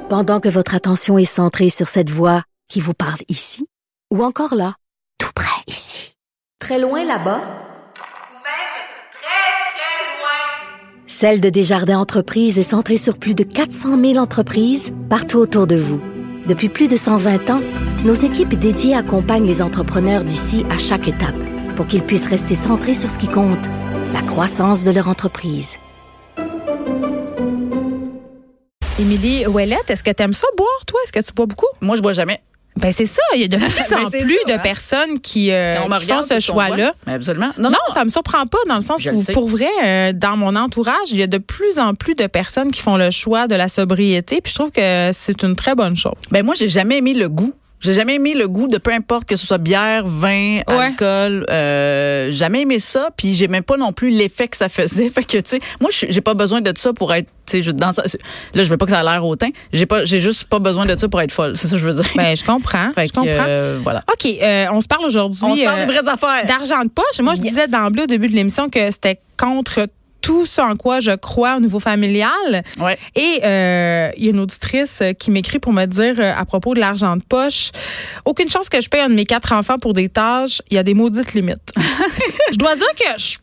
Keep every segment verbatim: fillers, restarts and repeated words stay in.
Pendant que votre attention est centrée sur cette voix qui vous parle ici, ou encore là, tout près ici, très loin là-bas, ou même très, très loin. Celle de Desjardins Entreprises est centrée sur plus de quatre cent mille entreprises partout autour de vous. Depuis plus de cent vingt ans, nos équipes dédiées accompagnent les entrepreneurs d'ici à chaque étape pour qu'ils puissent rester centrés sur ce qui compte, la croissance de leur entreprise. Émilie Ouellette, est-ce que tu aimes ça boire, toi? Est-ce que tu bois beaucoup? Moi, je bois jamais. Ben c'est ça, il y a de plus en Ben, plus ça, de hein? personnes qui, euh, Quand on me qui font regarde, ce c'est ce qu'on choix-là. voit. Absolument. Non, Non, non, ça me surprend pas dans le sens Je où, le sais. pour vrai, euh, dans mon entourage, il y a de plus en plus de personnes qui font le choix de la sobriété. Puis je trouve que c'est une très bonne chose. Ben moi, j'ai jamais aimé le goût. J'ai jamais aimé le goût de peu importe que ce soit bière, vin, Ouais. alcool. Euh, jamais aimé ça. Puis j'ai même pas non plus l'effet que ça faisait. Fait que tu sais, moi, je- j'ai pas besoin de ça pour être. Tu sais, je- dans ça- là, je veux pas que ça a l'air hautain. J'ai pas, j'ai juste pas besoin de ça pour être folle. C'est ça que je veux dire. Ben je comprends. Fait je que, comprends. euh, voilà. OK, euh, on se parle aujourd'hui On se parle euh, des vraies affaires. d'argent de poche. Moi, je Yes. disais d'emblée au début de l'émission que c'était contre tout ce en quoi je crois au niveau familial. Ouais. Et euh, il y a une auditrice euh, qui m'écrit pour me dire euh, à propos de l'argent de poche, aucune chance que je paye un de mes quatre enfants pour des tâches, il y a des maudites limites. Je dois dire que je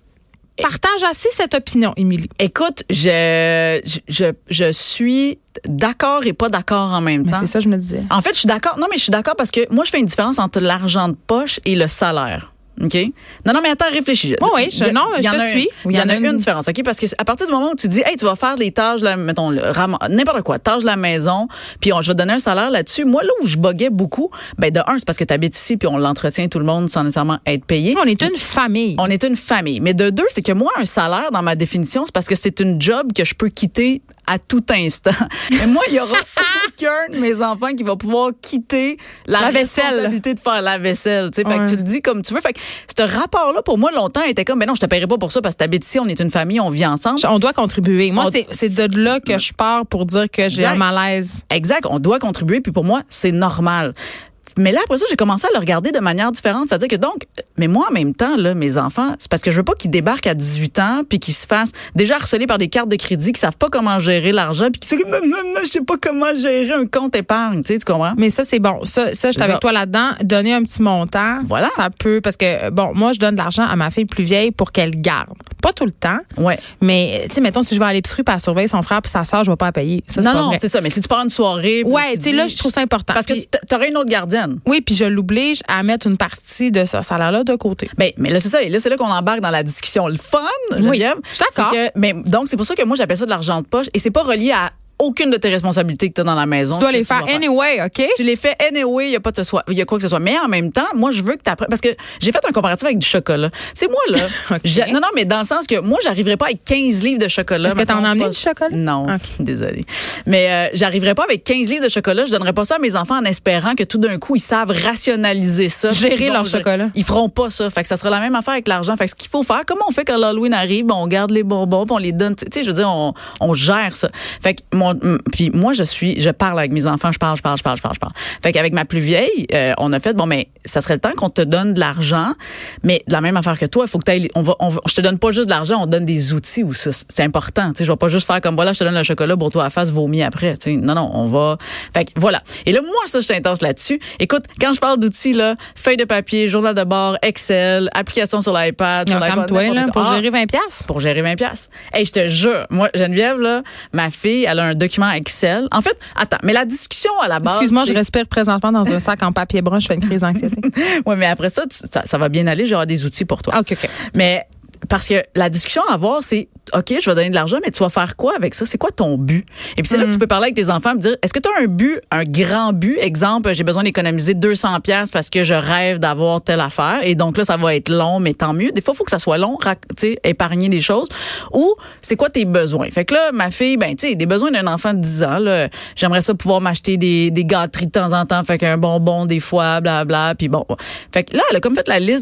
partage assez cette opinion, Émilie. Écoute, je, je, je, je suis d'accord et pas d'accord en même Mais temps. c'est ça, je me disais. En fait, je suis d'accord. Non, mais je suis d'accord parce que moi, je fais une différence entre l'argent de poche et le salaire. OK? Non, non, mais attends, réfléchis. Oh oui, je- Il y a- non, il y je en te a un- suis. Il y en a une différence, OK? Parce que à partir du moment où tu dis, hey, tu vas faire les tâches, là, mettons, le ram- n'importe quoi, tâches de la maison, puis on, je vais te donner un salaire là-dessus. Moi, là où je boguais beaucoup, ben de un, c'est parce que tu habites ici, puis on l'entretient tout le monde sans nécessairement être payé. On est une famille. On est une famille. Mais de deux, c'est que moi, un salaire, dans ma définition, c'est parce que c'est une job que je peux quitter à tout instant. Mais moi, il y aura aucun de mes enfants qui va pouvoir quitter la, La vaisselle. responsabilité de faire la vaisselle. Tu sais, fait Ouais. que tu le dis comme tu veux. Fait que ce rapport-là, pour moi, longtemps, était comme, ben non, je te paierai pas pour ça parce que t'habites ici, on est une famille, on vit ensemble. On doit contribuer. Moi, On- c'est, c'est de là que je pars pour dire que j'ai Exact. un malaise. Exact, on doit contribuer, puis pour moi, c'est normal. Mais là, après ça, j'ai commencé à le regarder de manière différente. C'est-à-dire que donc, mais moi, en même temps, là, mes enfants, c'est parce que je veux pas qu'ils débarquent à dix-huit ans puis qu'ils se fassent déjà harceler par des cartes de crédit, qui savent pas comment gérer l'argent puis qui disent, non, non, non, je sais pas comment gérer un compte épargne. Tu sais, tu comprends? Mais ça, c'est bon. Ça, ça je suis C'est avec ça. toi là-dedans. Donner un petit montant, Voilà. ça peut... Parce que, bon, moi, je donne de l'argent à ma fille plus vieille pour qu'elle garde. Pas tout le temps, Ouais. mais, tu sais, mettons, si je vais à l'épicerie puis elle surveille son frère puis sa sœur, je vais pas la payer. Ça, c'est Non, pas non, vrai. c'est ça. Mais si tu pars une soirée. puis Ouais, tu tu sais, dis- là, je trouve ça important. Parce que Puis- tu aurais une autre gardienne. oui, puis je l'oblige à mettre une partie de ce salaire-là de côté. Ben, mais là, c'est ça. Et là, c'est là qu'on embarque dans la discussion. Le fun, Oui, Geneviève, je suis d'accord. c'est que- mais donc, c'est pour ça que moi, j'appelle ça de l'argent de poche. Et c'est pas relié à aucune de tes responsabilités que tu as dans la maison. Tu dois que les faire vas anyway, OK? Tu les fais anyway, il y a pas de ce soit, il y a quoi que ce soit. Mais en même temps, moi je veux que tu apprennes parce que j'ai fait un comparatif avec du chocolat. Tu sais moi là, OK. j'ai- non non mais dans le sens que moi j'arriverais pas avec quinze livres de chocolat. Est-ce que t'en mettons, as amené pas- du chocolat? Non, OK. désolée. Mais euh, j'arriverais pas avec quinze livres de chocolat, je donnerais pas ça à mes enfants en espérant que tout d'un coup ils savent rationaliser ça. Gérer Ils vont leur gérer- chocolat. Ils feront pas ça. Fait que ça sera la même affaire avec l'argent. Fait que ce qu'il faut faire, comment on fait quand l'Halloween arrive, on garde les bonbons, puis on les donne, tu sais, je veux dire on, on gère ça. Fait que mon puis moi je suis je parle avec mes enfants, je parle, je parle, je parle, je parle, je parle. Fait qu'avec ma plus vieille, euh, on a fait bon mais ça serait le temps qu'on te donne de l'argent, mais de la même affaire que toi, il faut que tu on va on va, je te donne pas juste de l'argent, on te donne des outils où ça, c'est important, tu sais, je vais pas juste faire comme voilà, je te donne le chocolat pour toi à la face vomi après, tu sais. Non non, on va fait que voilà. Et là moi ça je suis intense là-dessus. Écoute, quand je parle d'outils là, feuille de papier, journal de bord, Excel, application sur l'iPad, sur Non, l'iPad, calme-toi, là, n'importe pour quoi. gérer vingt piastres. Pour gérer vingt piastres. Hey, je te jure, moi, Geneviève, là, ma fille, elle a un document Excel. En fait, attends, mais la discussion à la base. Excuse-moi, je c'est- respire présentement dans un sac en papier brun, je fais une crise d'anxiété. Ouais, mais après ça, tu- ça, ça va bien aller, j'aurai des outils pour toi. Ah, OK, OK. Mais parce que la discussion à avoir, c'est OK, je vais donner de l'argent, mais tu vas faire quoi avec ça? C'est quoi ton but? Et puis c'est là que tu peux parler avec tes enfants et dire, est-ce que tu as un but, un grand but? Exemple, j'ai besoin d'économiser deux cents piastres parce que je rêve d'avoir telle affaire. Et donc là, ça va être long, mais tant mieux. Des fois, il faut que ça soit long, rac- tu sais, épargner des choses. Ou c'est quoi tes besoins? Fait que là, ma fille, ben, tu sais, des besoins d'un enfant de dix ans, là, j'aimerais ça pouvoir m'acheter des, des gâteries de temps en temps, fait qu'un bonbon des fois, blabla, puis bon. Fait que là, elle a comme fait la liste de ce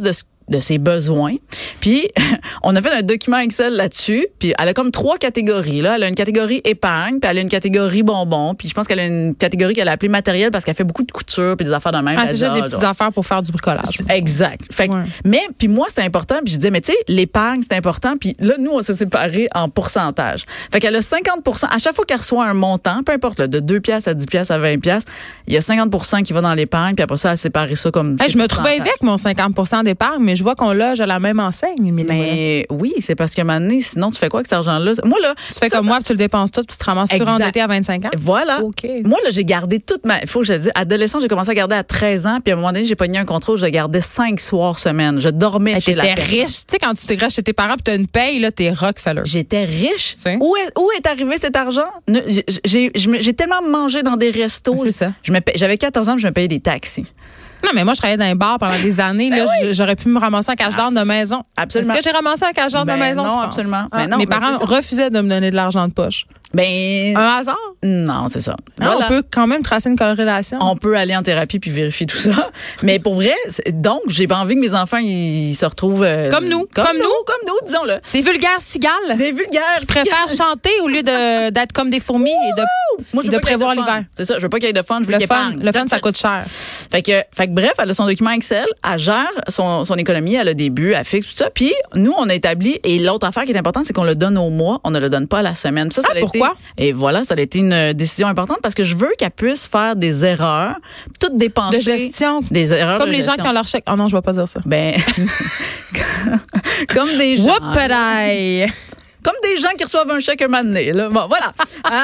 de ses besoins. Puis, on a fait un document Excel là-dessus. Puis, elle a comme trois catégories. Là. Elle a une catégorie épargne, puis elle a une catégorie bonbons. Puis, je pense qu'elle a une catégorie qu'elle a appelée matériel parce qu'elle fait beaucoup de couture puis des affaires de même. Ah, c'est juste des petites affaires pour faire du bricolage. Exact. Fait que, ouais. Mais, puis moi, c'était important. Puis je disais, mais tu sais, l'épargne, c'est important. Puis là, nous, on s'est séparés en pourcentage. Fait qu'elle a cinquante pour cent. À chaque fois qu'elle reçoit un montant, peu importe, là, de deux piastres à dix piastres à vingt piastres, il y a cinquante pour cent qui va dans l'épargne. Puis après ça, elle séparer ça comme... Hey, je me trouvais avec mon cinquante pour cent d'épargne, mais je vois qu'on loge à la même enseigne. Mais oui, c'est parce que maintenant, sinon, tu fais quoi avec cet argent-là? Moi, là... Tu fais ça, comme ça... moi, puis tu le dépenses tout, puis tu te ramasses surendetté à vingt-cinq ans? Voilà. Okay. Moi, là, j'ai gardé toute ma... Il faut que je le dise, adolescent, j'ai commencé à garder à treize ans, puis à un moment donné, j'ai pogné un contrat où je gardais cinq soirs semaine. Je dormais hey, chez la personne. T'étais riche. Tu sais, quand tu t'es riche chez tes parents, puis t'as une paye, là, t'es Rockefeller. J'étais riche. Où est, où est arrivé cet argent? J'ai, j'ai, j'ai tellement mangé dans des restos. C'est ça. Je me paye, j'avais quatorze ans, je me payais des taxis. Non, mais moi, je travaillais dans un bar pendant des années. Ben là, oui. J'aurais pu me ramasser en cash d'or de maison. Absolument. Est-ce que j'ai ramassé en cash d'or ben de maison? Non, absolument. Ah, ben non, mes ben parents refusaient de me donner de l'argent de poche. Ben, un hasard? Non, c'est ça. Non, voilà. On peut quand même tracer une corrélation. On peut aller en thérapie puis vérifier tout ça. Mais pour vrai, donc, j'ai pas envie que mes enfants ils se retrouvent... Euh, comme nous. Comme, comme nous, nous. Comme nous, disons-le. Des vulgaires cigales. Des vulgaires Qui préfèrent chanter au lieu de, d'être comme des fourmis et de, Moi, je de prévoir l'hiver. C'est ça, je veux pas qu'il y ait de fun, je veux le qu'il y ait fun, le fun, ça coûte cher. Fait que, fait que bref, elle a son document Excel, elle gère son, son économie, elle a des buts, elle fixe tout ça. Puis nous, on a établi, et l'autre affaire qui est importante, c'est qu'on le donne au mois, on ne le donne pas à la semaine. Ça, ça ah, a pourquoi? Été, et voilà, ça a été une décision importante parce que je veux qu'elle puisse faire des erreurs, toutes dépenser. De gestion. Des erreurs Comme de les gestion. gens qui ont leur chèque. Oh non, je vais pas dire ça. Ben, comme des gens. Whoopadaï! Comme des gens qui reçoivent un chèque un moment donné, là. Bon, voilà.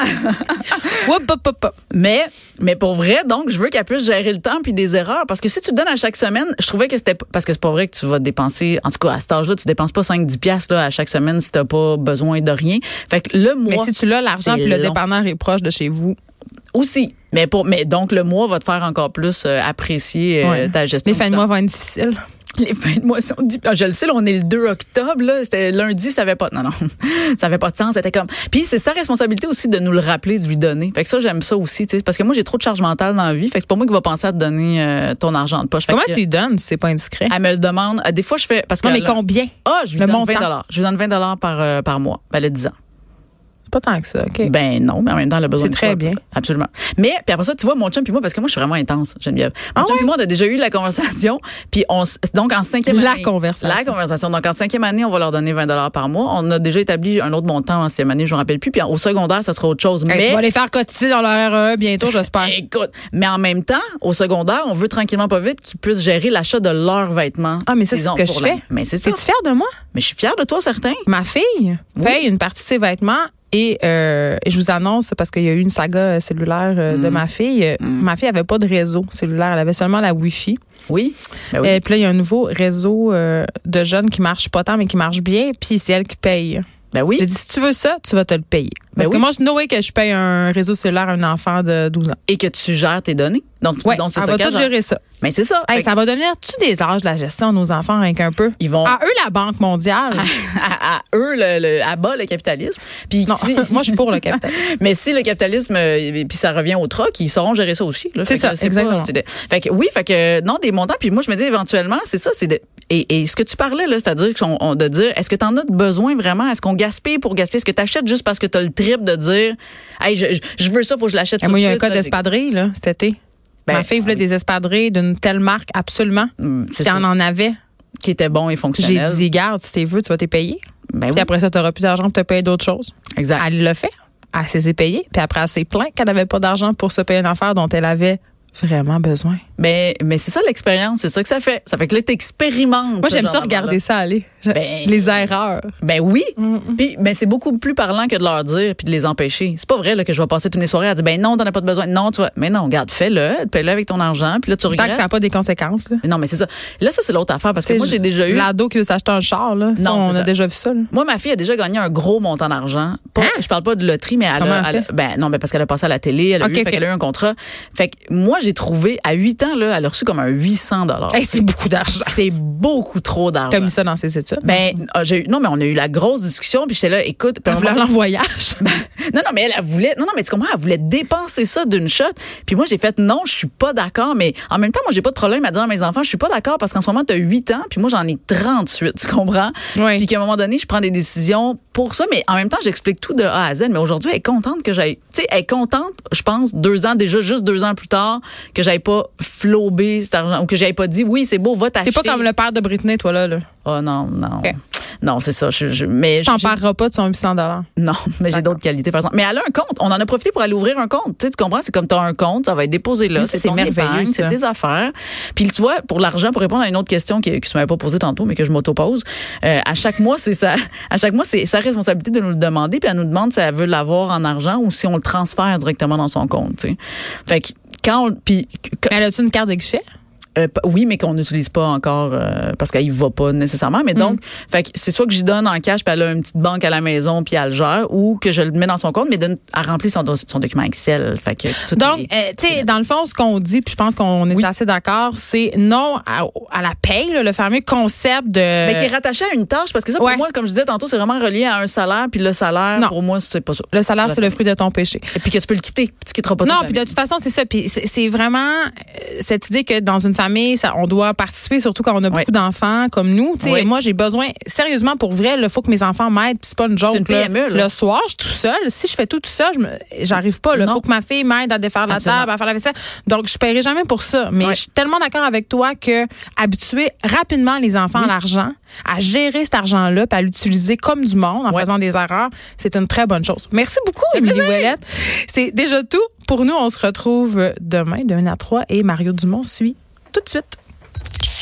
Whoop, hop, hop, hop. Mais, mais pour vrai, donc, je veux qu'elle puisse gérer le temps puis des erreurs. Parce que si tu le donnes à chaque semaine, je trouvais que c'était, parce que c'est pas vrai que tu vas dépenser, en tout cas, à cet âge-là, tu dépenses pas cinq dix piastres, là, à chaque semaine si t'as pas besoin de rien. Fait que le mois. Mais si tu l'as, l'argent puis le dépanneur est proche de chez vous. Aussi. Mais pour, mais donc, le mois va te faire encore plus euh, apprécier euh, ouais. ta gestion. Les fins de mois vont être difficiles. Les fins de mois sont difficiles. Je le sais, là, on est le deux octobre, là. C'était lundi, ça avait pas, non, non. Ça avait pas de sens. C'était comme, puis c'est sa responsabilité aussi de nous le rappeler, de lui donner. Fait que ça, j'aime ça aussi, tu sais. Parce que moi, j'ai trop de charge mentale dans la vie. Fait que c'est pas moi qui va penser à te donner euh, ton argent de poche. Comment que, tu lui donnes si c'est pas indiscret? Elle me le demande. Des fois, je fais, parce que. Non, mais combien? Ah, je lui le donne montant. vingt dollars. Je lui donne vingt dollars par, euh, par mois. Elle a dix ans. C'est pas tant que ça, OK. Ben non, mais en même temps, elle a besoin c'est de très toi, bien. Absolument. Mais, puis après ça, tu vois, mon chum puis moi, parce que moi, je suis vraiment intense, Geneviève. Mon ah chum ouais? puis moi, on a déjà eu la conversation, puis on, donc en cinquième la année. La conversation. La conversation. Donc en cinquième année, on va leur donner vingt dollars par mois. On a déjà établi un autre montant en sixième année, je me rappelle plus, puis au secondaire, ça sera autre chose. Hey, mais tu vas les faire cotiser dans leur R E E bientôt, j'espère. Écoute, mais en même temps, au secondaire, on veut tranquillement pas vite qu'ils puissent gérer l'achat de leurs vêtements. Ah, mais ça, c'est ce que je la... fais. Mais c'est ça. Es-tu fière de moi? Mais je suis fière de toi, certain. Ma fille oui. paye une partie de ses vêtements. Et, euh, et je vous annonce, parce qu'il y a eu une saga cellulaire euh, mm. de ma fille, mm. ma fille avait pas de réseau cellulaire, elle avait seulement la Wi-Fi. Oui. Ben oui. Et puis là, il y a un nouveau réseau euh, de jeunes qui marche pas tant, mais qui marche bien, puis c'est elle qui paye. Ben oui. J'ai dit, si tu veux ça, tu vas te le payer. Parce ben que oui. moi, je know que je paye un réseau cellulaire à un enfant de douze ans. Et que tu gères tes données. Donc, ouais, donc c'est elle ça va tout gérer ça. Mais c'est ça. Hey, ça va devenir-tu des âges de la gestion de nos enfants avec un peu? Ils vont... À eux, la Banque mondiale. À, à, à eux, le, le, à bas, le capitalisme. Puis non, si... moi, je suis pour le capitalisme. Mais si le capitalisme, euh, puis ça revient au troc, ils sauront gérer ça aussi. Là. C'est ça, c'est exactement. Pas, c'est de... Fait que oui, fait que non, des montants. Puis moi, je me dis éventuellement, c'est ça, c'est de... Et, et ce que tu parlais, là, c'est-à-dire qu'on, on, de dire, est-ce que tu en as besoin vraiment? Est-ce qu'on gaspille pour gaspiller? Est-ce que tu achètes juste parce que tu as le trip de dire, hey, je, je veux ça, faut que je l'achète tout de suite? Moi, il y a un suite, cas là, d'espadrilles, là, cet été. Ben, ma fille voulait oui. des espadrilles d'une telle marque, absolument. Mm, puis on en avait. Qui était bon et fonctionnel. J'ai dit, garde, si tu veux, tu vas t'es payer. Ben puis oui. après ça, tu n'auras plus d'argent pour te payer d'autres choses. Exact. Elle l'a fait. Elle s'est payée. Puis après, elle s'est plainte qu'elle n'avait pas d'argent pour se payer une affaire dont elle avait vraiment besoin. Mais, mais c'est ça l'expérience, c'est ça que ça fait. Ça fait que là, t'expérimentes. Moi, j'aime ça regarder ça aller. Ben, les erreurs. Ben oui. Mm-hmm. Puis, ben c'est beaucoup plus parlant que de leur dire puis de les empêcher. C'est pas vrai là, que je vais passer toutes mes soirées à dire ben non, t'en as pas de besoin. Non, tu vois. Mais non, regarde, fais-le, paye-le avec ton argent, puis là tu regrettes. Tant que ça n'a pas des conséquences. Là. Non, mais c'est ça. Là, ça c'est l'autre affaire parce que moi j'ai déjà eu. L'ado qui veut s'acheter un char là. Ça, non, on a ça. déjà vu ça. Là. Moi, ma fille a déjà gagné un gros montant d'argent. Pas, hein? Je parle pas de loterie, mais elle Comment a, elle elle, ben non, ben parce qu'elle a passé à la télé, elle a okay, eu, okay. fait qu'elle a eu un contrat. Fait que moi, j'ai trouvé, à huit ans, là, elle a reçu comme un huit cents dollars. Hey, c'est beaucoup d'argent. C'est beaucoup trop d'argent. T'as mis ça dans ses études? Ben, j'ai eu, non, mais on a eu la grosse discussion, puis j'étais là, écoute. Elle voulait aller en voyage. Ben, non, non, mais elle, elle voulait, non, non, mais tu comprends, elle voulait dépenser ça d'une shot. Puis moi, j'ai fait, non, je suis pas d'accord, mais en même temps, moi, j'ai pas de problème à dire à mes enfants, je suis pas d'accord parce qu'en ce moment, t'as huit ans, puis moi, j'en ai trente-huit, tu comprends? Oui. Puis qu'à un moment donné, je prends des décisions pour ça, mais en même temps, j'explique tout de A à Z. Mais aujourd'hui, elle est contente que j'aille, tu sais, elle est contente, je pense, deux ans, déjà, juste deux ans plus tard, que j'aille pas flobé cet argent, ou que j'aille pas dit, oui, c'est beau, va t'acheter. T'es pas comme le père de Britney, toi, là, là. Oh, non, non. Okay. Non, c'est ça. Je, je, mais tu t'en j'ai... pareras pas de son huit cents dollars. Non, mais j'ai d'autres qualités, par exemple. Mais elle a un compte. On en a profité pour aller ouvrir un compte. Tu sais, tu comprends? C'est comme tu as un compte, ça va être déposé là. Oui, c'est c'est ton merveilleux, épargne, ça. c'est tes affaires. Puis tu vois, pour l'argent, pour répondre à une autre question qui, qui se m'avait pas posée tantôt, mais que je m'auto-pose, euh, à chaque mois, c'est ça. À chaque mois, c'est sa responsabilité de nous le demander. Puis elle nous demande si elle veut l'avoir en argent ou si on le transfère directement dans son compte. Tu sais. Fait que quand on, puis, Mais elle a-tu une carte de guichet? Euh, oui, mais qu'on n'utilise pas encore euh, parce qu'elle y va pas nécessairement. Mais donc, mm. fait que c'est soit que j'y donne en cash, puis elle a une petite banque à la maison, puis elle le gère, ou que je le mets dans son compte, mais donne, elle remplit son, son document Excel. Fait que tout donc, est, euh, tu sais, dans le fond, ce qu'on dit, puis je pense qu'on est oui. assez d'accord, c'est non à, à la paye, là, le fameux concept de. Mais qui est rattaché à une tâche, parce que ça, ouais. pour moi, comme je disais tantôt, c'est vraiment relié à un salaire, puis le salaire, non. pour moi, c'est pas ça. Le salaire, c'est le fruit de ton péché. Et puis que tu peux le quitter, puis tu quitteras pas. Non, puis de toute façon, c'est ça. Puis c'est, c'est vraiment euh, cette idée que dans une famille, ça, on doit participer, surtout quand on a beaucoup oui. d'enfants comme nous. Oui. Moi, j'ai besoin, sérieusement, pour vrai, il faut que mes enfants m'aident, puis c'est pas une joke. C'est une P M E, là. Le soir, je suis tout seul. Si je fais tout tout seul, je me, j'arrive pas. Il faut que ma fille m'aide à défaire Absolument. la table, à faire la vaisselle. Donc, je paierai jamais pour ça. Mais oui. je suis tellement d'accord avec toi que habituer rapidement les enfants oui. à l'argent, à gérer cet argent-là, puis à l'utiliser comme du monde en oui. faisant des erreurs, c'est une très bonne chose. Merci beaucoup, Émilie Ouellette. C'est déjà tout. Pour nous, on se retrouve demain de une à trois et Mario Dumont suit tout de suite.